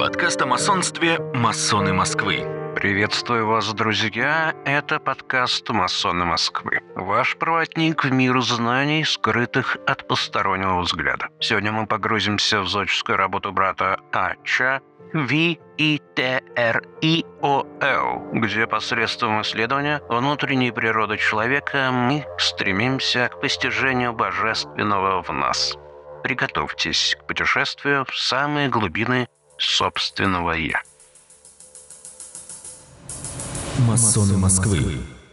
подкаст о масонстве «Масоны Москвы». Приветствую вас, друзья! Это подкаст «Масоны Москвы». Ваш проводник в мир знаний, скрытых от постороннего взгляда. Сегодня мы погрузимся в зодческую работу брата Ача Витериол, где посредством исследования внутренней природы человека мы стремимся к постижению божественного в нас. Приготовьтесь к путешествию в самые глубины собственного «Я». Масоны Москвы.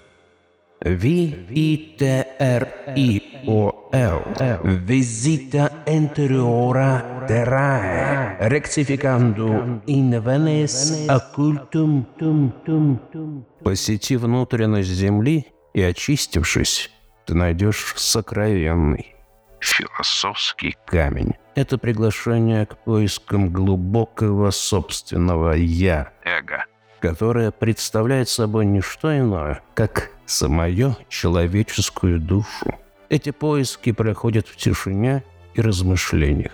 Витериол. Visita interiora terrae. Rectificando in venes occultum. Посети внутренность земли и, очистившись, ты найдешь сокровенный философский камень. Это приглашение к поискам глубокого собственного «Я», эго, которое представляет собой не что иное, как самую человеческую душу. Эти поиски проходят в тишине и размышлениях.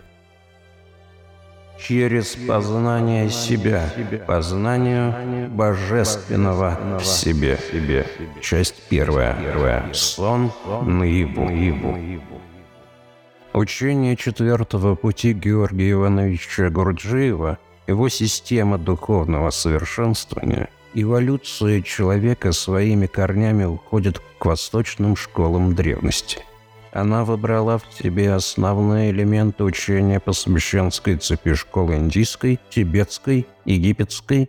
Через познание себя, познанию божественного в себе. Часть первая. Сон наяву. Учение четвертого пути Георгия Ивановича Гурджиева, его система духовного совершенствования, эволюция человека своими корнями уходит к восточным школам древности. Она выбрала в себе основные элементы учения по священской цепи школ индийской, тибетской, египетской,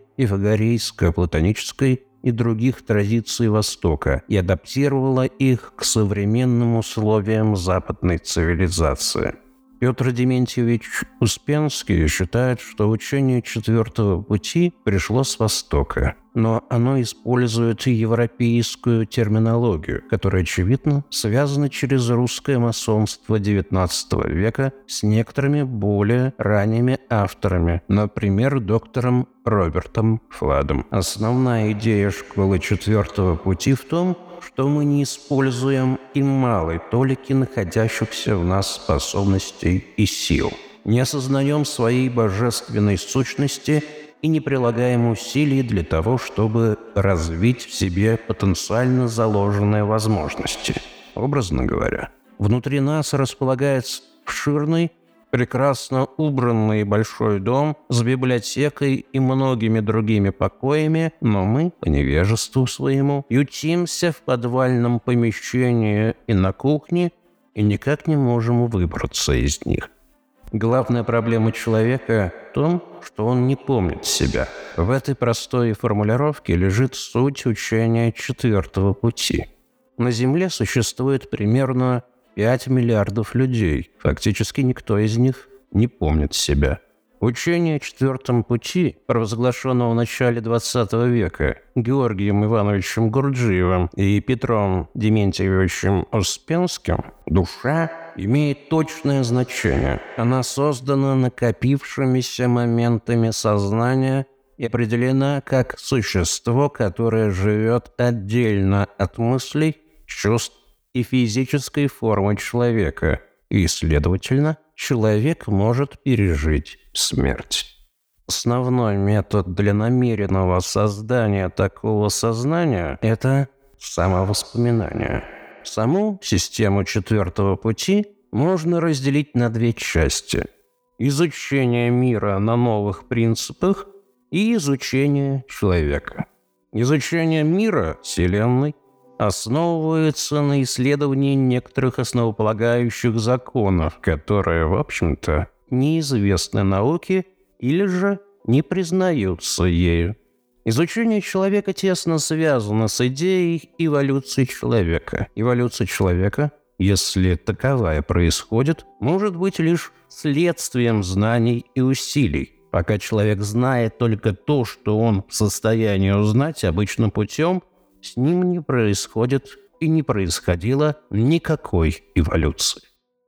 пифагорейско-платонической и других традиций Востока и адаптировала их к современным условиям западной цивилизации. Петр Дементьевич Успенский считает, что учение четвертого пути пришло с Востока, но оно использует европейскую терминологию, которая, очевидно, связана через русское масонство XIX века с некоторыми более ранними авторами, например, доктором Робертом Фладом. Основная идея школы четвертого пути в том, что мы не используем и малой толики находящихся в нас способностей и сил, не осознаем своей божественной сущности и не прилагаем усилий для того, чтобы развить в себе потенциально заложенные возможности. Образно говоря, внутри нас располагается обширный, прекрасно убранный большой дом с библиотекой и многими другими покоями, но мы, по невежеству своему, ютимся в подвальном помещении и на кухне и никак не можем выбраться из них. Главная проблема человека в том, что он не помнит себя. В этой простой формулировке лежит суть учения четвертого пути. На Земле существует примерно 5 миллиардов людей. Фактически никто из них не помнит себя. Учение о четвертом пути, провозглашенного в начале XX века Георгием Ивановичем Гурджиевым и Петром Дементьевичем Успенским, душа имеет точное значение. Она создана накопившимися моментами сознания и определена как существо, которое живет отдельно от мыслей, чувств и физической формы человека, и, следовательно, человек может пережить смерть. Основной метод для намеренного создания такого сознания – это самовоспоминание. Саму систему четвертого пути можно разделить на две части – изучение мира на новых принципах и изучение человека. Изучение мира, Вселенной, основывается на исследовании некоторых основополагающих законов, которые, в общем-то, неизвестны науке или же не признаются ею. Изучение человека тесно связано с идеей эволюции человека. Эволюция человека, если таковая происходит, может быть лишь следствием знаний и усилий. Пока человек знает только то, что он в состоянии узнать обычным путем, с ним не происходит и не происходило никакой эволюции.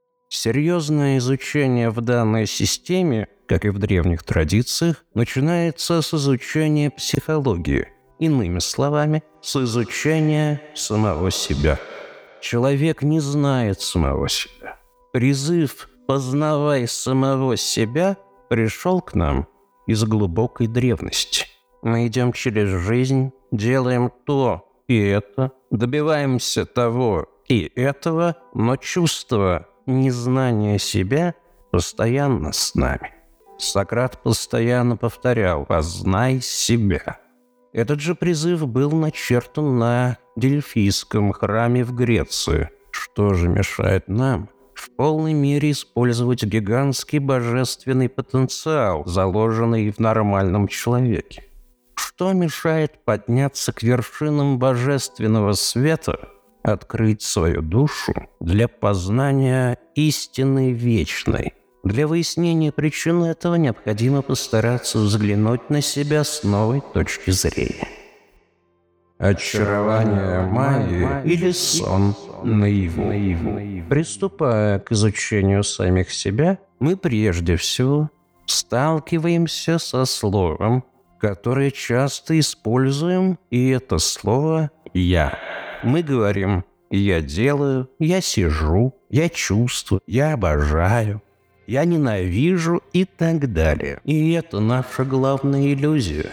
Серьезное изучение в данной системе, как и в древних традициях, начинается с изучения психологии, иными словами, с изучения самого себя. Человек не знает самого себя. Призыв «познавай самого себя» пришел к нам из глубокой древности. Мы идем через жизнь, делаем то и это, добиваемся того и этого, но чувство незнания себя постоянно с нами. Сократ постоянно повторял: «Познай себя». Этот же призыв был начертан на Дельфийском храме в Греции. Что же мешает нам в полной мере использовать гигантский божественный потенциал, заложенный в нормальном человеке? Что мешает подняться к вершинам божественного света, открыть свою душу для познания истины вечной? Для выяснения причин этого необходимо постараться взглянуть на себя с новой точки зрения. Очарование Майи или сон наяву. Приступая к изучению самих себя, мы прежде всего сталкиваемся со словом, которое часто используем, и это слово «я». Мы говорим «я делаю», «я сижу», «я чувствую», «я обожаю», «я ненавижу» и так далее. И это наша главная иллюзия.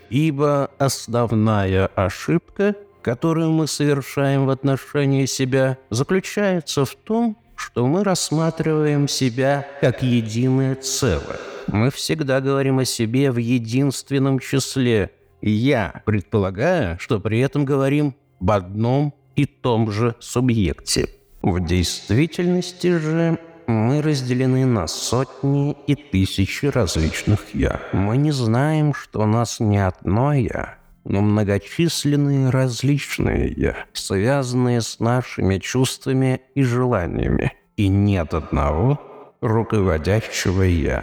Ибо основная ошибка, которую мы совершаем в отношении себя, заключается в том, что мы рассматриваем себя как единое целое. Мы всегда говорим о себе в единственном числе «я», предполагая, что при этом говорим об одном и том же субъекте. В действительности же мы разделены на сотни и тысячи различных «я». Мы не знаем, что у нас не одно «я», но многочисленные различные «я», связанные с нашими чувствами и желаниями. И нет одного руководящего «я».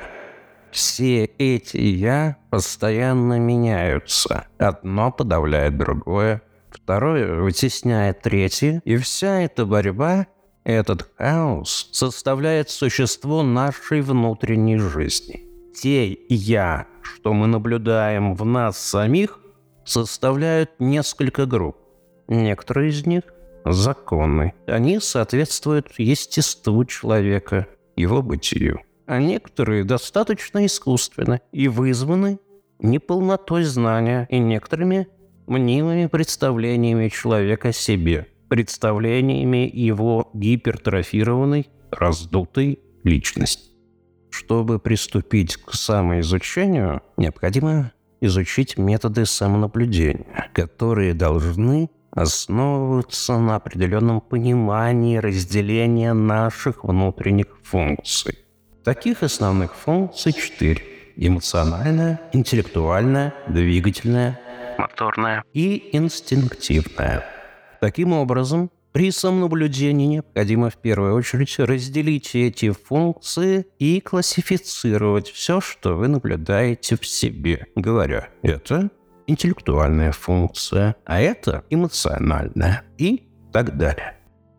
Все эти «я» постоянно меняются. Одно подавляет другое, второе вытесняет третье, и вся эта борьба, этот хаос составляет существо нашей внутренней жизни. Те «я», что мы наблюдаем в нас самих, составляют несколько групп. Некоторые из них законны. Они соответствуют естеству человека, его бытию. А некоторые достаточно искусственны и вызваны неполнотой знания и некоторыми мнимыми представлениями человека о себе, представлениями его гипертрофированной, раздутой личности. Чтобы приступить к самоизучению, необходимо изучить методы самонаблюдения, которые должны основываться на определенном понимании разделения наших внутренних функций. Таких основных функций 4: эмоциональная, интеллектуальная, двигательная, моторная и инстинктивная. Таким образом, при самонаблюдении необходимо в первую очередь разделить эти функции и классифицировать все, что вы наблюдаете в себе, говоря: это интеллектуальная функция, а это эмоциональная и так далее.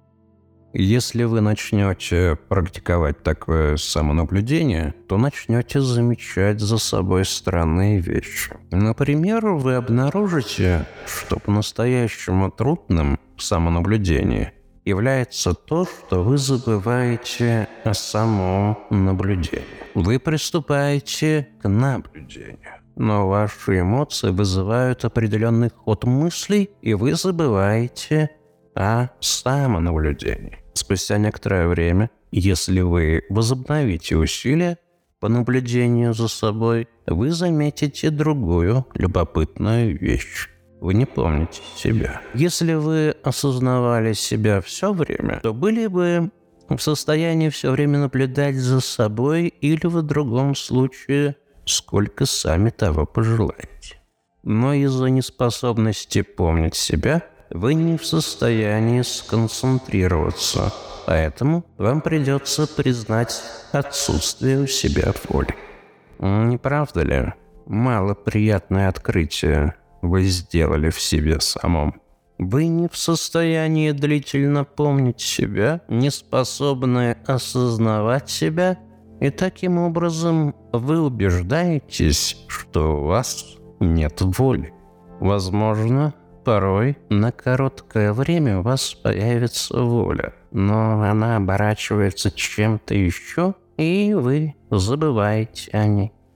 Если вы начнете практиковать такое самонаблюдение, то начнете замечать за собой странные вещи. Например, вы обнаружите, что по-настоящему трудным в самонаблюдении является то, что вы забываете о самом наблюдении. Вы приступаете к наблюдению, но ваши эмоции вызывают определенный ход мыслей, и вы забываете о самонаблюдении. Спустя некоторое время, если вы возобновите усилия по наблюдению за собой, вы заметите другую любопытную вещь. Вы не помните себя. Если вы осознавали себя все время, то были бы в состоянии все время наблюдать за собой или в другом случае, сколько сами того пожелаете. Но из-за неспособности помнить себя, вы не в состоянии сконцентрироваться, поэтому вам придется признать отсутствие у себя воли. Не правда ли? Малоприятное открытие вы сделали в себе самом. Вы не в состоянии длительно помнить себя, не способны осознавать себя, и таким образом вы убеждаетесь, что у вас нет воли. Возможно, порой на короткое время у вас появится воля, но она оборачивается чем-то еще, и вы забываете о ней.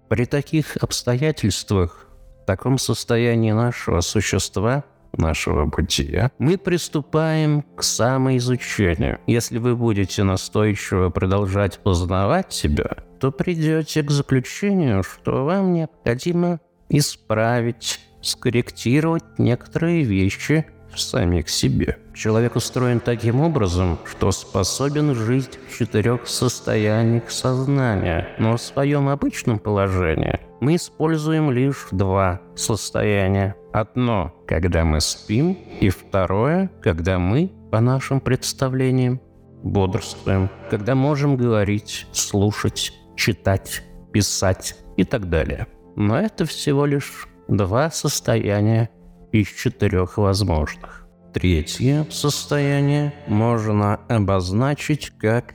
При таких обстоятельствах, в таком состоянии нашего существа, нашего бытия, мы приступаем к самоизучению. Если вы будете настойчиво продолжать познавать себя, то придете к заключению, что вам необходимо исправить, скорректировать некоторые вещи в самих себе. Человек устроен таким образом, что способен жить в 4 состояниях сознания, но в своем обычном положении мы используем лишь 2 состояния. Одно, когда мы спим, и второе, когда мы, по нашим представлениям, бодрствуем, когда можем говорить, слушать, читать, писать и так далее. Но это всего лишь 2 состояния из 4 возможных. Третье состояние можно обозначить как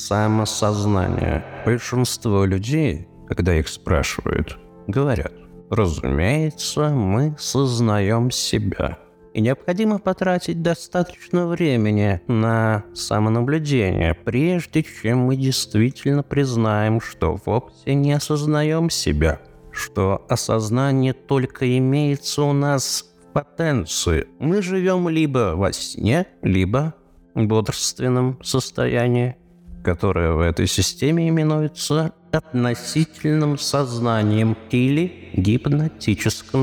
самосознание. Большинство людей, когда их спрашивают, говорят: разумеется, мы сознаем себя. И необходимо потратить достаточно времени на самонаблюдение, прежде чем мы действительно признаем, что вовсе не осознаем себя, что осознание только имеется у нас в потенции. Мы живем либо во сне, либо в бодрственном состоянии, которое в этой системе именуется относительным сознанием или гипнотическим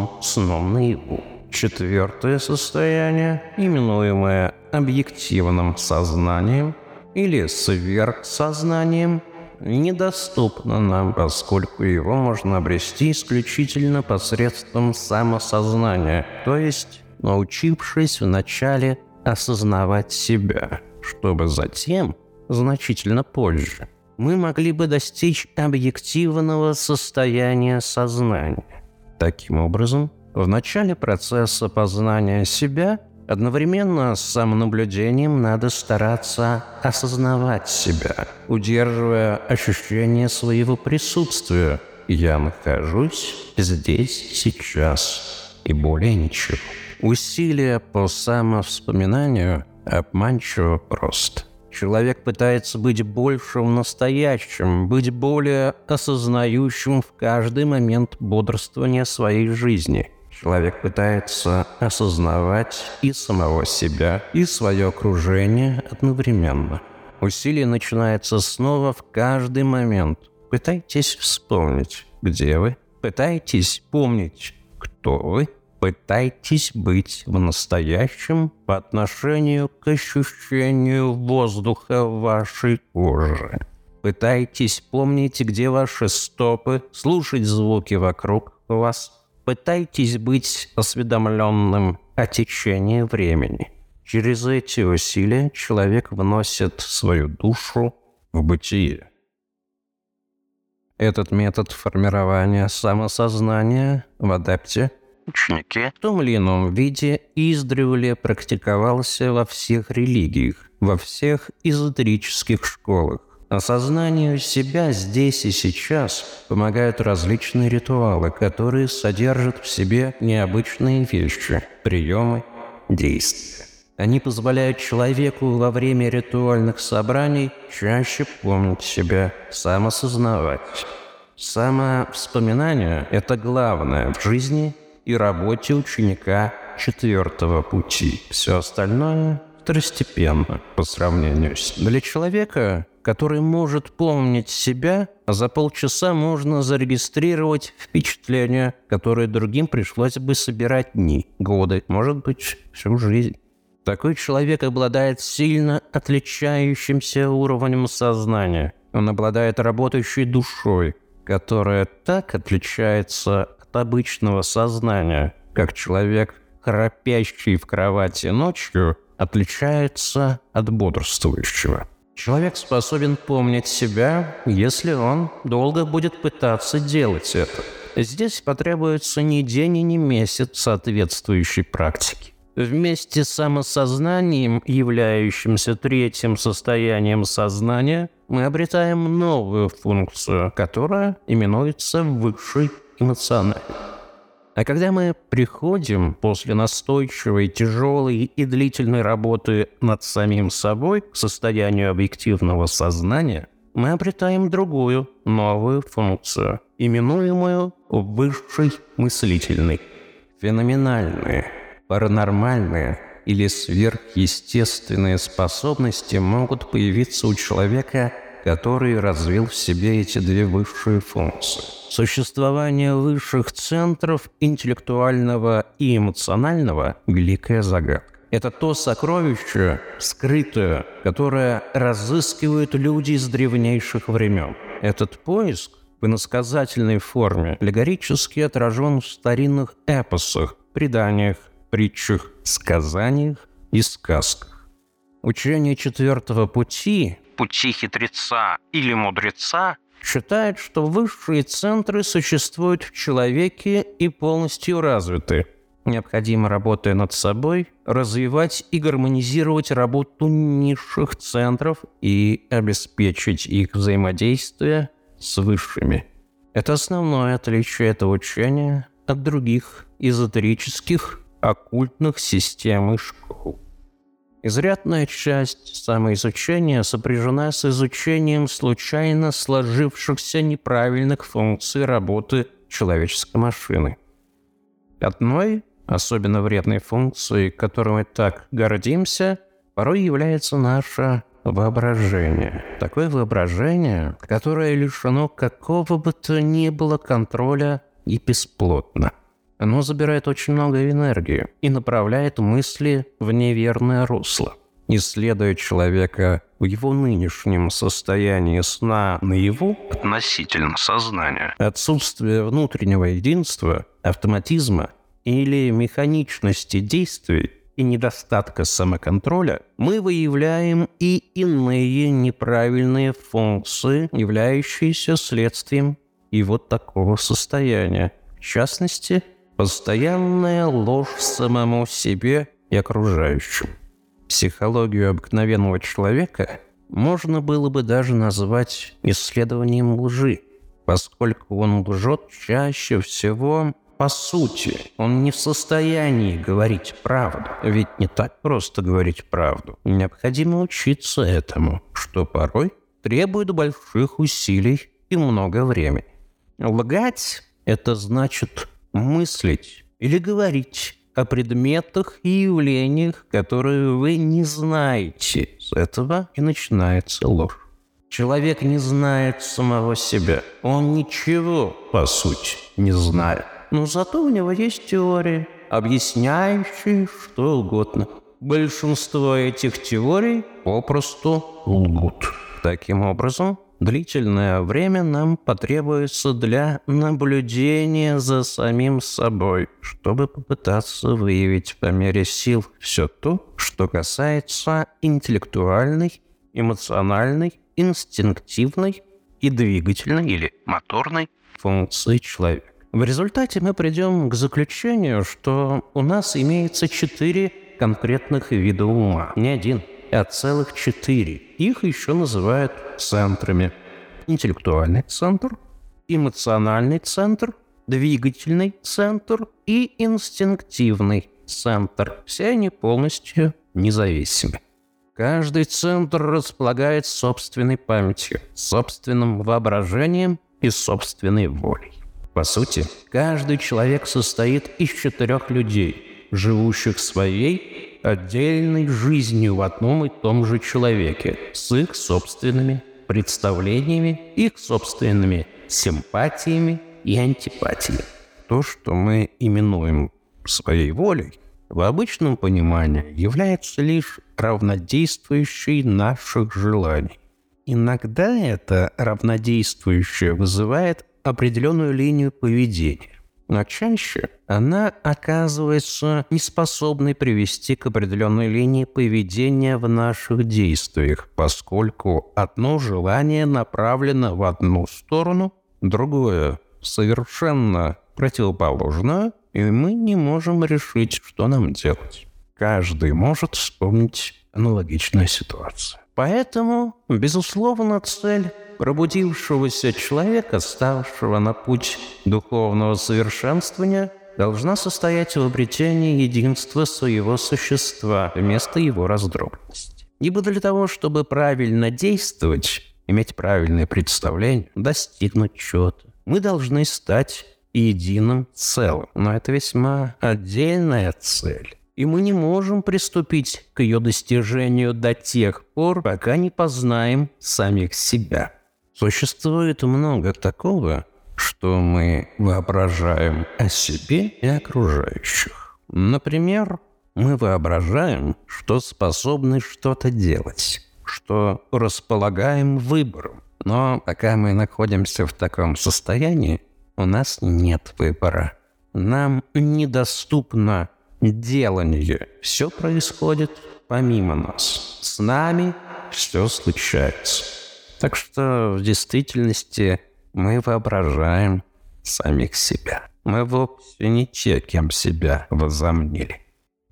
сном наяву. Четвертое состояние, именуемое объективным сознанием или сверхсознанием, недоступно нам, поскольку его можно обрести исключительно посредством самосознания, то есть научившись вначале осознавать себя, чтобы затем, значительно позже, мы могли бы достичь объективного состояния сознания. Таким образом, в начале процесса познания себя одновременно с самонаблюдением надо стараться осознавать себя, удерживая ощущение своего присутствия. Я нахожусь здесь, сейчас, и более ничего. Усилия по самовспоминанию обманчиво прост. Человек пытается быть больше в настоящем, быть более осознающим в каждый момент бодрствования своей жизни. Человек пытается осознавать и самого себя, и свое окружение одновременно. Усилие начинается снова в каждый момент. Пытайтесь вспомнить, где вы. Пытайтесь помнить, кто вы. Пытайтесь быть в настоящем по отношению к ощущению воздуха в вашей коже. Пытайтесь помнить, где ваши стопы, слушать звуки вокруг вас. Пытайтесь быть осведомленным о течении времени. Через эти усилия человек вносит свою душу в бытие. Этот метод формирования самосознания в адепте ученики в том или ином виде издревле практиковался во всех религиях, во всех эзотерических школах. Осознанию себя здесь и сейчас помогают различные ритуалы, которые содержат в себе необычные вещи, приемы, действия. Они позволяют человеку во время ритуальных собраний чаще помнить себя, самосознавать. Самовспоминание – это главное в жизни и работе ученика 4-го пути. Все остальное второстепенно по сравнению с ним. Для человека, который может помнить себя, за полчаса можно зарегистрировать впечатления, которые другим пришлось бы собирать дни, годы, может быть, всю жизнь. Такой человек обладает сильно отличающимся уровнем сознания. Он обладает работающей душой, которая так отличается от обычного сознания, как человек, храпящий в кровати ночью, отличается от бодрствующего. Человек способен помнить себя, если он долго будет пытаться делать это. Здесь потребуется ни день и ни месяц соответствующей практики. Вместе с самосознанием, являющимся 3-м состоянием сознания, мы обретаем новую функцию, которая именуется высшей эмоциональной. А когда мы приходим после настойчивой, тяжелой и длительной работы над самим собой к состоянию объективного сознания, мы обретаем другую, новую функцию, именуемую высшей мыслительной. Феноменальные, паранормальные или сверхъестественные способности могут появиться у человека, который развил в себе эти две высшие функции. Существование высших центров интеллектуального и эмоционального – великая загадка. Это то сокровище, скрытое, которое разыскивают люди из древнейших времен. Этот поиск в иносказательной форме аллегорически отражен в старинных эпосах, преданиях, притчах, сказаниях и сказках. Учение четвертого пути, пути хитреца или мудреца, считает, что высшие центры существуют в человеке и полностью развиты. Необходимо, работая над собой, развивать и гармонизировать работу низших центров и обеспечить их взаимодействие с высшими. Это основное отличие этого учения от других эзотерических, оккультных систем и школ. Изрядная часть самоизучения сопряжена с изучением случайно сложившихся неправильных функций работы человеческой машины. Одной, особенно вредной функцией, которой мы так гордимся, порой является наше воображение. Такое воображение, которое лишено какого бы то ни было контроля и бесплотно. Оно забирает очень много энергии и направляет мысли в неверное русло. Исследуя человека в его нынешнем состоянии сна наяву, относительно сознания, отсутствие внутреннего единства, автоматизма или механичности действий и недостатка самоконтроля, мы выявляем и иные неправильные функции, являющиеся следствием и вот такого состояния. В частности, постоянная ложь самому себе и окружающим. Психологию обыкновенного человека можно было бы даже назвать исследованием лжи, поскольку он лжет чаще всего по сути. Он не в состоянии говорить правду. Ведь не так просто говорить правду. Необходимо учиться этому, что порой требует больших усилий и много времени. Лгать – это значит мыслить или говорить о предметах и явлениях, которые вы не знаете. С этого и начинается ложь. Человек не знает самого себя. Он ничего, по сути, не знает. Но зато у него есть теории, объясняющие что угодно. Большинство этих теорий попросту лгут. Таким образом, длительное время нам потребуется для наблюдения за самим собой, чтобы попытаться выявить по мере сил все то, что касается интеллектуальной, эмоциональной, инстинктивной и двигательной или моторной функции человека. В результате мы придем к заключению, что у нас имеется 4 конкретных вида ума. Не один, а целых 4. Их еще называют центрами. Интеллектуальный центр, эмоциональный центр, двигательный центр и инстинктивный центр. Все они полностью независимы. Каждый центр располагает собственной памятью, собственным воображением и собственной волей. По сути, каждый человек состоит из 4 людей, живущих своей отдельной жизнью в одном и том же человеке, с их собственными представлениями, их собственными симпатиями и антипатиями. То, что мы именуем своей волей, в обычном понимании является лишь равнодействующей наших желаний. Иногда это равнодействующее вызывает определенную линию поведения, но чаще она оказывается неспособной привести к определенной линии поведения в наших действиях, поскольку одно желание направлено в одну сторону, другое совершенно противоположное, и мы не можем решить, что нам делать. Каждый может вспомнить аналогичную ситуацию. Поэтому, безусловно, цель пробудившегося человека, ставшего на путь духовного совершенствования, должна состоять в обретении единства своего существа вместо его раздробленности. Ибо для того, чтобы правильно действовать, иметь правильное представление, достигнуть чего-то. Мы должны стать единым целым. Но это весьма отдельная цель. И мы не можем приступить к ее достижению до тех пор, пока не познаем самих себя. Существует много такого, что мы воображаем о себе и окружающих. Например, мы воображаем, что способны что-то делать, что располагаем выбором. Но пока мы находимся в таком состоянии, у нас нет выбора. Нам недоступно делание. Все происходит помимо нас. С нами все случается. Так что в действительности мы воображаем самих себя. Мы вовсе не те, кем себя возомнили.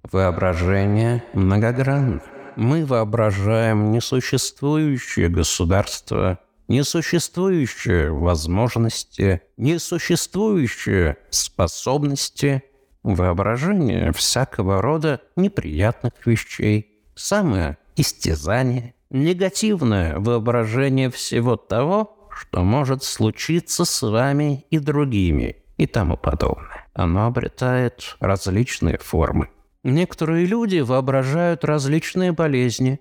Воображение многогранно. Мы воображаем несуществующее государство, несуществующие возможности, несуществующие способности, воображение всякого рода неприятных вещей, самоистязание, негативное воображение всего того, что может случиться с вами и другими и тому подобное. Оно обретает различные формы. Некоторые люди воображают различные болезни,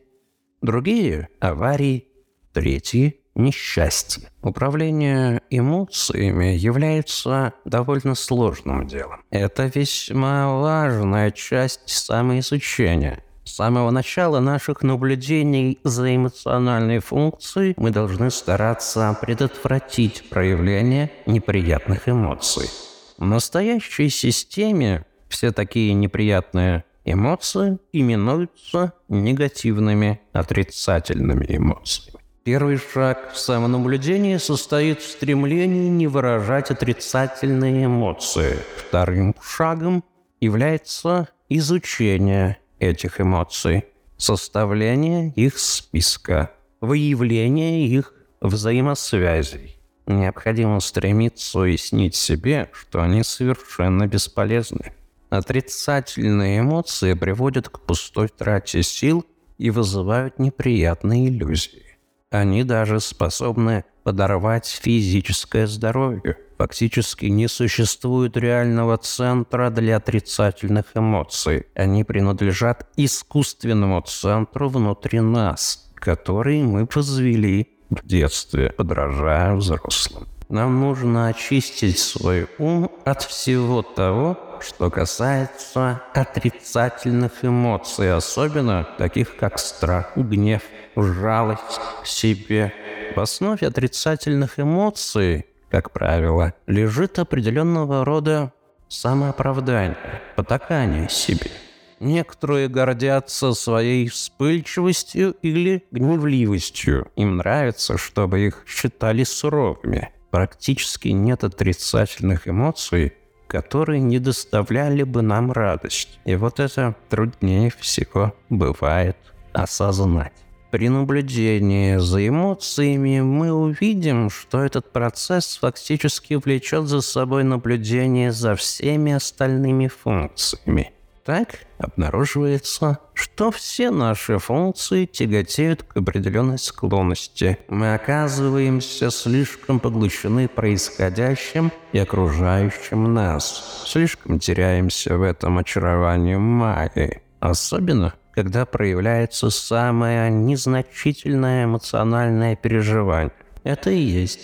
другие – аварии, третьи – несчастье. Управление эмоциями является довольно сложным делом. Это весьма важная часть самоизучения. С самого начала наших наблюдений за эмоциональной функцией мы должны стараться предотвратить проявление неприятных эмоций. В настоящей системе все такие неприятные эмоции именуются негативными, отрицательными эмоциями. Первый шаг в самонаблюдении состоит в стремлении не выражать отрицательные эмоции. Вторым шагом является изучение этих эмоций, составление их списка, выявление их взаимосвязей. Необходимо стремиться уяснить себе, что они совершенно бесполезны. Отрицательные эмоции приводят к пустой трате сил и вызывают неприятные иллюзии. Они даже способны подорвать физическое здоровье. Фактически не существует реального центра для отрицательных эмоций. Они принадлежат искусственному центру внутри нас, который мы возвели в детстве, подражая взрослым. Нам нужно очистить свой ум от всего того, что касается отрицательных эмоций, особенно таких как страх, гнев, жалость к себе. В основе отрицательных эмоций, как правило, лежит определенного рода самооправдание, потакание себе. Некоторые гордятся своей вспыльчивостью или гневливостью. Им нравится, чтобы их считали суровыми. Практически нет отрицательных эмоций, которые не доставляли бы нам радость. И вот это труднее всего бывает осознать. При наблюдении за эмоциями мы увидим, что этот процесс фактически влечет за собой наблюдение за всеми остальными функциями. Так обнаруживается, что все наши функции тяготеют к определенной склонности. Мы оказываемся слишком поглощены происходящим и окружающим нас. Слишком теряемся в этом очаровании Майи. Особенно, когда проявляется самое незначительное эмоциональное переживание. Это и есть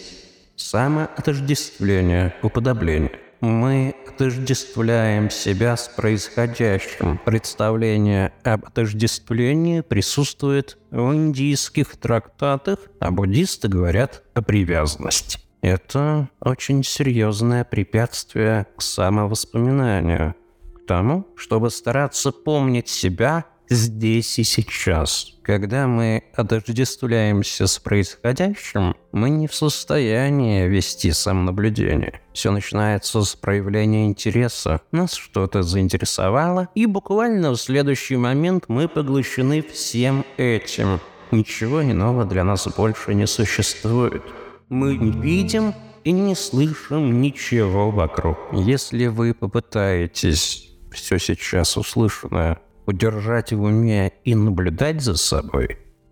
самоотождествление, уподобление. Мы отождествляем себя с происходящим. Представление об отождествлении присутствует в индийских трактатах, а буддисты говорят о привязанности. Это очень серьезное препятствие к самовоспоминанию, к тому, чтобы стараться помнить себя здесь и сейчас. Когда мы отождествляемся с происходящим, мы не в состоянии вести самонаблюдение. Все начинается с проявления интереса. Нас что-то заинтересовало, и буквально в следующий момент мы поглощены всем этим. Ничего иного для нас больше не существует. Мы не видим и не слышим ничего вокруг. Если вы попытаетесь все сейчас услышанное удержать в уме и наблюдать за собой,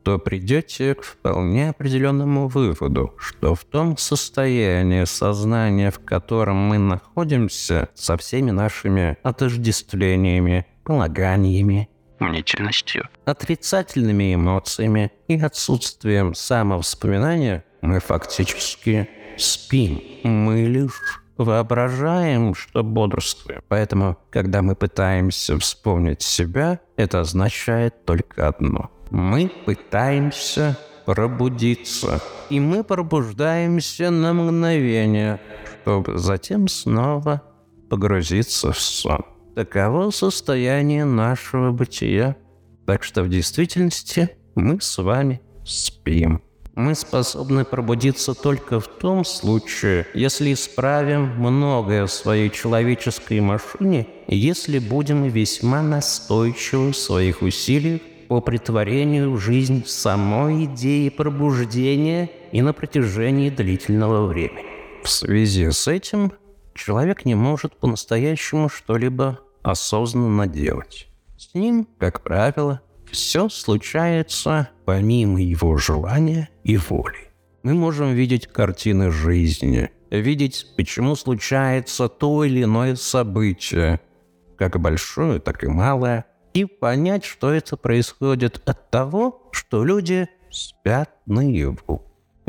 то придете к вполне определенному выводу, что в том состоянии сознания, в котором мы находимся, со всеми нашими отождествлениями, полаганиями, мнительностью, отрицательными эмоциями и отсутствием самовоспоминания, мы фактически спим. Мы лишь воображаем, что бодрствуем. Поэтому, когда мы пытаемся вспомнить себя, это означает только одно. Мы пытаемся пробудиться. И мы пробуждаемся на мгновение, чтобы затем снова погрузиться в сон. Таково состояние нашего бытия. Так что в действительности мы с вами спим. Мы способны пробудиться только в том случае, если исправим многое в своей человеческой машине и если будем весьма настойчивы в своих усилиях по претворению в жизнь самой идеи пробуждения и на протяжении длительного времени. В связи с этим человек не может по-настоящему что-либо осознанно делать. С ним, как правило, все случается помимо его желания и воли. Мы можем видеть картины жизни, видеть, почему случается то или иное событие, как большое, так и малое, и понять, что это происходит от того, что люди спят наяву.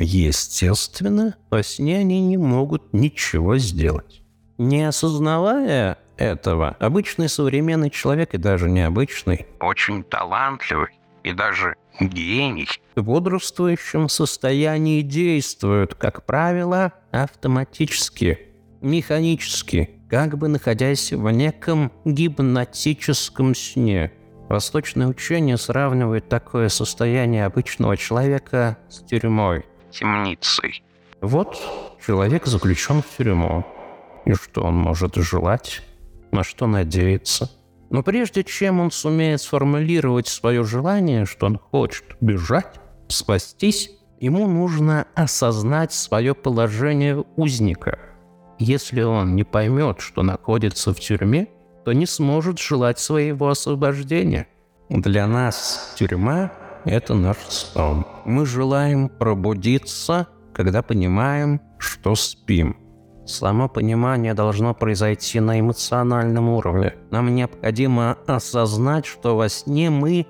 Естественно, во сне они не могут ничего сделать. Не осознавая этого, обычный современный человек, и даже необычный, очень талантливый и даже гений, в бодрствующем состоянии действуют, как правило, автоматически, механически, как бы находясь в неком гипнотическом сне. Восточное учение сравнивает такое состояние обычного человека с тюрьмой, темницей. Вот человек заключен в тюрьму. И что он может желать? На что надеяться? Но прежде чем он сумеет сформулировать свое желание, что он хочет бежать, спастись, ему нужно осознать свое положение узника. Если он не поймет, что находится в тюрьме, то не сможет желать своего освобождения. Для нас тюрьма – это наш сон. Мы желаем пробудиться, когда понимаем, что спим. Само понимание должно произойти на эмоциональном уровне. Нам необходимо осознать, что во сне мы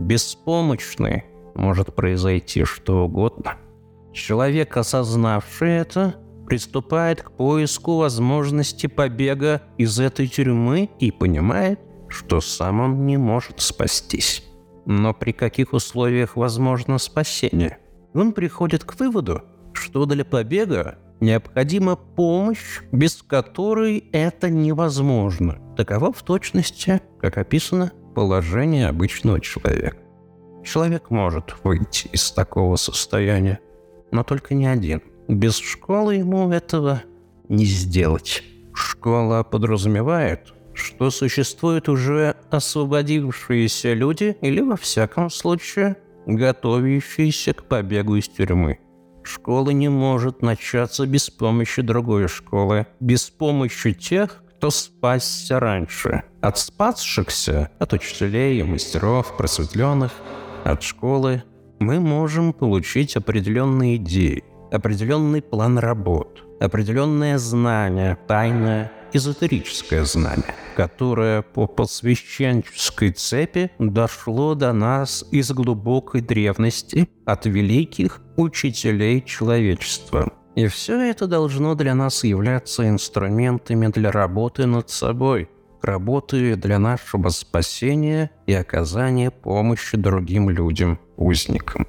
беспомощны. Может произойти что угодно. Человек, осознавший это, приступает к поиску возможности побега из этой тюрьмы и понимает, что сам он не может спастись. Но при каких условиях возможно спасение? Он приходит к выводу, что для побега необходима помощь, без которой это невозможно. Таково в точности, как описано, положение обычного человека. Человек может выйти из такого состояния, но только не один. Без школы ему этого не сделать. Школа подразумевает, что существуют уже освободившиеся люди или, во всяком случае, готовящиеся к побегу из тюрьмы. Школа не может начаться без помощи другой школы, без помощи тех, кто спасся раньше. От спасшихся, от учителей, мастеров, просветленных, от школы мы можем получить определенные идеи, определенный план работ, определенное знание, тайное, эзотерическое знание, которое по посвященческой цепи дошло до нас из глубокой древности от великих учителей человечества. И все это должно для нас являться инструментами для работы над собой, работы для нашего спасения и оказания помощи другим людям, узникам.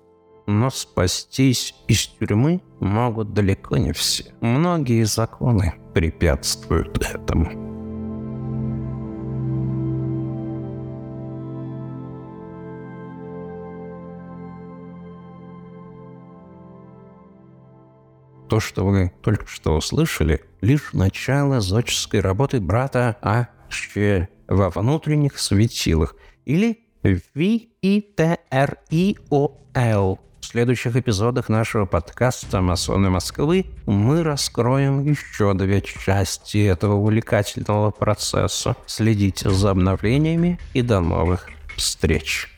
Но спастись из тюрьмы могут далеко не все. Многие законы препятствуют этому. То, что вы только что услышали, лишь начало зодческой работы брата А.Ч. во внутренних светилах, или VITRIOL. В следующих эпизодах нашего подкаста «Масоны Москвы» мы раскроем еще 2 части этого увлекательного процесса. Следите за обновлениями и до новых встреч!